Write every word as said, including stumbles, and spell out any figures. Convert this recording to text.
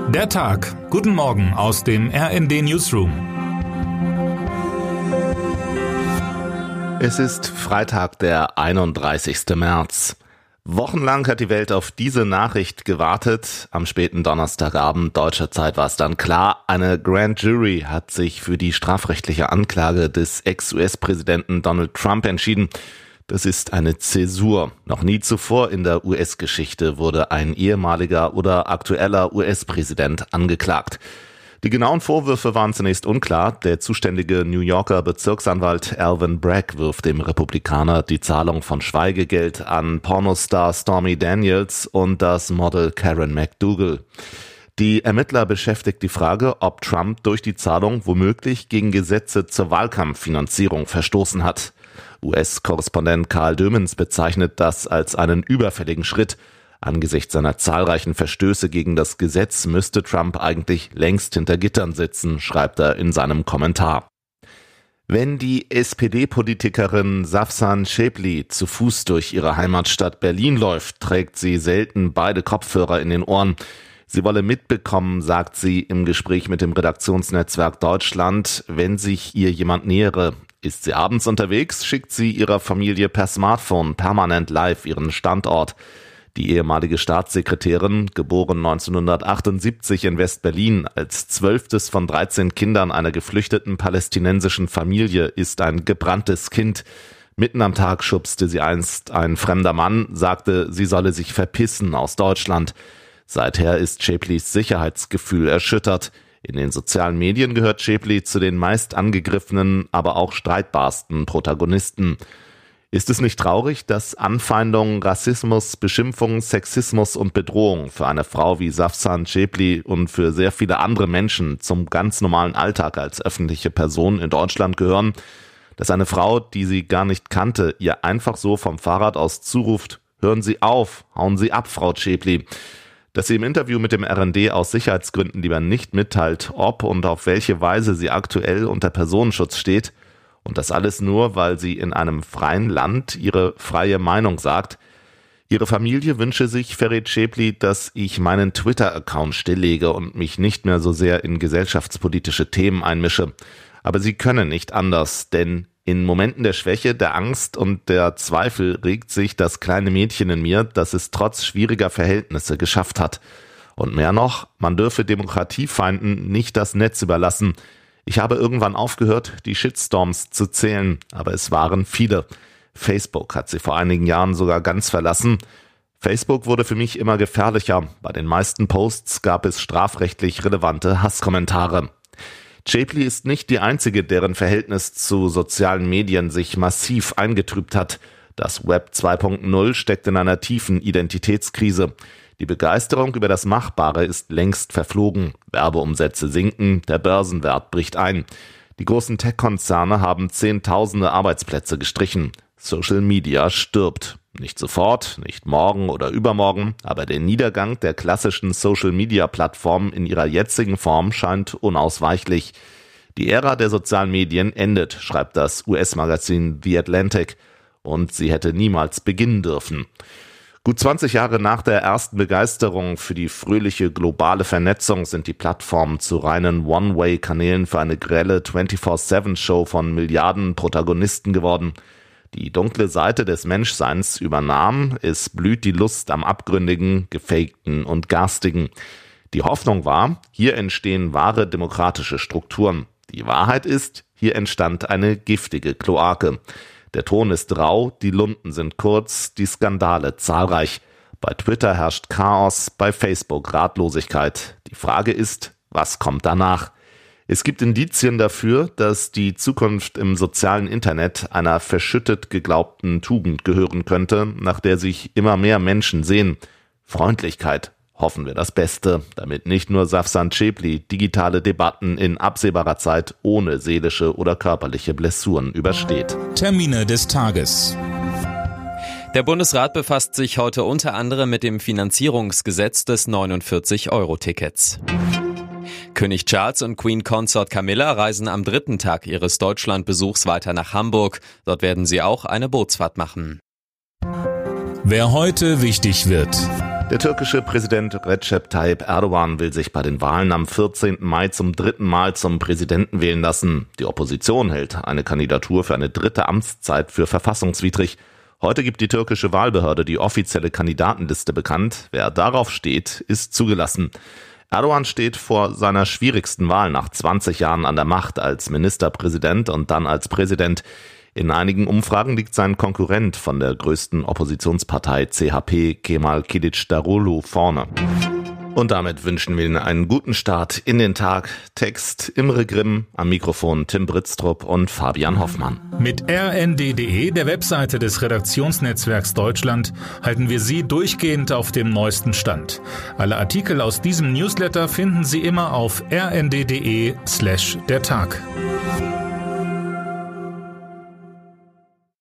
Der Tag. Guten Morgen aus dem R N D Newsroom. Es ist Freitag, der einunddreißigste März. Wochenlang hat die Welt auf diese Nachricht gewartet. Am späten Donnerstagabend deutscher Zeit war es dann klar, eine Grand Jury hat sich für die strafrechtliche Anklage des Ex-U S-Präsidenten Donald Trump entschieden. Das ist eine Zäsur. Noch nie zuvor in der U S-Geschichte wurde ein ehemaliger oder aktueller U S-Präsident angeklagt. Die genauen Vorwürfe waren zunächst unklar. Der zuständige New Yorker Bezirksanwalt Alvin Bragg wirft dem Republikaner die Zahlung von Schweigegeld an Pornostar Stormy Daniels und das Model Karen McDougal. Die Ermittler beschäftigt die Frage, ob Trump durch die Zahlung womöglich gegen Gesetze zur Wahlkampffinanzierung verstoßen hat. U S-Korrespondent Karl Dömens bezeichnet das als einen überfälligen Schritt. Angesichts seiner zahlreichen Verstöße gegen das Gesetz müsste Trump eigentlich längst hinter Gittern sitzen, schreibt er in seinem Kommentar. Wenn die S P D-Politikerin Safsan Schäpli zu Fuß durch ihre Heimatstadt Berlin läuft, trägt sie selten beide Kopfhörer in den Ohren. Sie wolle mitbekommen, sagt sie im Gespräch mit dem Redaktionsnetzwerk Deutschland, wenn sich ihr jemand nähere. Ist sie abends unterwegs, schickt sie ihrer Familie per Smartphone permanent live ihren Standort. Die ehemalige Staatssekretärin, geboren neunzehnhundertachtundsiebzig in West-Berlin, als zwölftes von dreizehn Kindern einer geflüchteten palästinensischen Familie, ist ein gebranntes Kind. Mitten am Tag schubste sie einst ein fremder Mann, sagte, sie solle sich verpissen aus Deutschland. Seither ist Schäplis Sicherheitsgefühl erschüttert. In den sozialen Medien gehört Schäpli zu den meist angegriffenen, aber auch streitbarsten Protagonisten. Ist es nicht traurig, dass Anfeindung, Rassismus, Beschimpfung, Sexismus und Bedrohung für eine Frau wie Safsan Schäpli und für sehr viele andere Menschen zum ganz normalen Alltag als öffentliche Person in Deutschland gehören, dass eine Frau, die sie gar nicht kannte, ihr einfach so vom Fahrrad aus zuruft, hören Sie auf, hauen Sie ab, Frau Schäpli. Dass sie im Interview mit dem R N D aus Sicherheitsgründen lieber nicht mitteilt, ob und auf welche Weise sie aktuell unter Personenschutz steht. Und das alles nur, weil sie in einem freien Land ihre freie Meinung sagt. Ihre Familie wünsche sich, verrät Schäpli, dass ich meinen Twitter-Account stilllege und mich nicht mehr so sehr in gesellschaftspolitische Themen einmische. Aber sie können nicht anders, denn in Momenten der Schwäche, der Angst und der Zweifel regt sich das kleine Mädchen in mir, das es trotz schwieriger Verhältnisse geschafft hat. Und mehr noch, man dürfe Demokratiefeinden nicht das Netz überlassen. Ich habe irgendwann aufgehört, die Shitstorms zu zählen, aber es waren viele. Facebook hat sie vor einigen Jahren sogar ganz verlassen. Facebook wurde für mich immer gefährlicher. Bei den meisten Posts gab es strafrechtlich relevante Hasskommentare. Schäpli ist nicht die einzige, deren Verhältnis zu sozialen Medien sich massiv eingetrübt hat. Das Web zwei Punkt null steckt in einer tiefen Identitätskrise. Die Begeisterung über das Machbare ist längst verflogen. Werbeumsätze sinken, der Börsenwert bricht ein. Die großen Tech-Konzerne haben Zehntausende Arbeitsplätze gestrichen. Social Media stirbt. Nicht sofort, nicht morgen oder übermorgen, aber der Niedergang der klassischen Social-Media-Plattformen in ihrer jetzigen Form scheint unausweichlich. Die Ära der sozialen Medien endet, schreibt das U S-Magazin The Atlantic, und sie hätte niemals beginnen dürfen. Gut zwanzig Jahre nach der ersten Begeisterung für die fröhliche globale Vernetzung sind die Plattformen zu reinen One-Way-Kanälen für eine grelle vierundzwanzig sieben Show von Milliarden Protagonisten geworden. Die dunkle Seite des Menschseins übernahm, es blüht die Lust am Abgründigen, Gefakten und Garstigen. Die Hoffnung war, hier entstehen wahre demokratische Strukturen. Die Wahrheit ist, hier entstand eine giftige Kloake. Der Ton ist rau, die Lunten sind kurz, die Skandale zahlreich. Bei Twitter herrscht Chaos, bei Facebook Ratlosigkeit. Die Frage ist, was kommt danach? Es gibt Indizien dafür, dass die Zukunft im sozialen Internet einer verschüttet geglaubten Tugend gehören könnte, nach der sich immer mehr Menschen sehen. Freundlichkeit. Hoffen wir das Beste, damit nicht nur Safsan Schäpli digitale Debatten in absehbarer Zeit ohne seelische oder körperliche Blessuren übersteht. Termine des Tages. Der Bundesrat befasst sich heute unter anderem mit dem Finanzierungsgesetz des neunundvierzig Euro Tickets. König Charles und Queen Consort Camilla reisen am dritten Tag ihres Deutschlandbesuchs weiter nach Hamburg. Dort werden sie auch eine Bootsfahrt machen. Wer heute wichtig wird. Der türkische Präsident Recep Tayyip Erdogan will sich bei den Wahlen am vierzehnten Mai zum dritten Mal zum Präsidenten wählen lassen. Die Opposition hält eine Kandidatur für eine dritte Amtszeit für verfassungswidrig. Heute gibt die türkische Wahlbehörde die offizielle Kandidatenliste bekannt. Wer darauf steht, ist zugelassen. Erdogan steht vor seiner schwierigsten Wahl nach zwanzig Jahren an der Macht als Ministerpräsident und dann als Präsident. In einigen Umfragen liegt sein Konkurrent von der größten Oppositionspartei C H P, Kemal Kılıçdaroğlu, vorne. Und damit wünschen wir Ihnen einen guten Start in den Tag. Text Imre Grimm, am Mikrofon Tim Britztrup und Fabian Hoffmann. Mit r n d punkt d e, der Webseite des Redaktionsnetzwerks Deutschland, halten wir Sie durchgehend auf dem neuesten Stand. Alle Artikel aus diesem Newsletter finden Sie immer auf r n d punkt d e slash der Tag.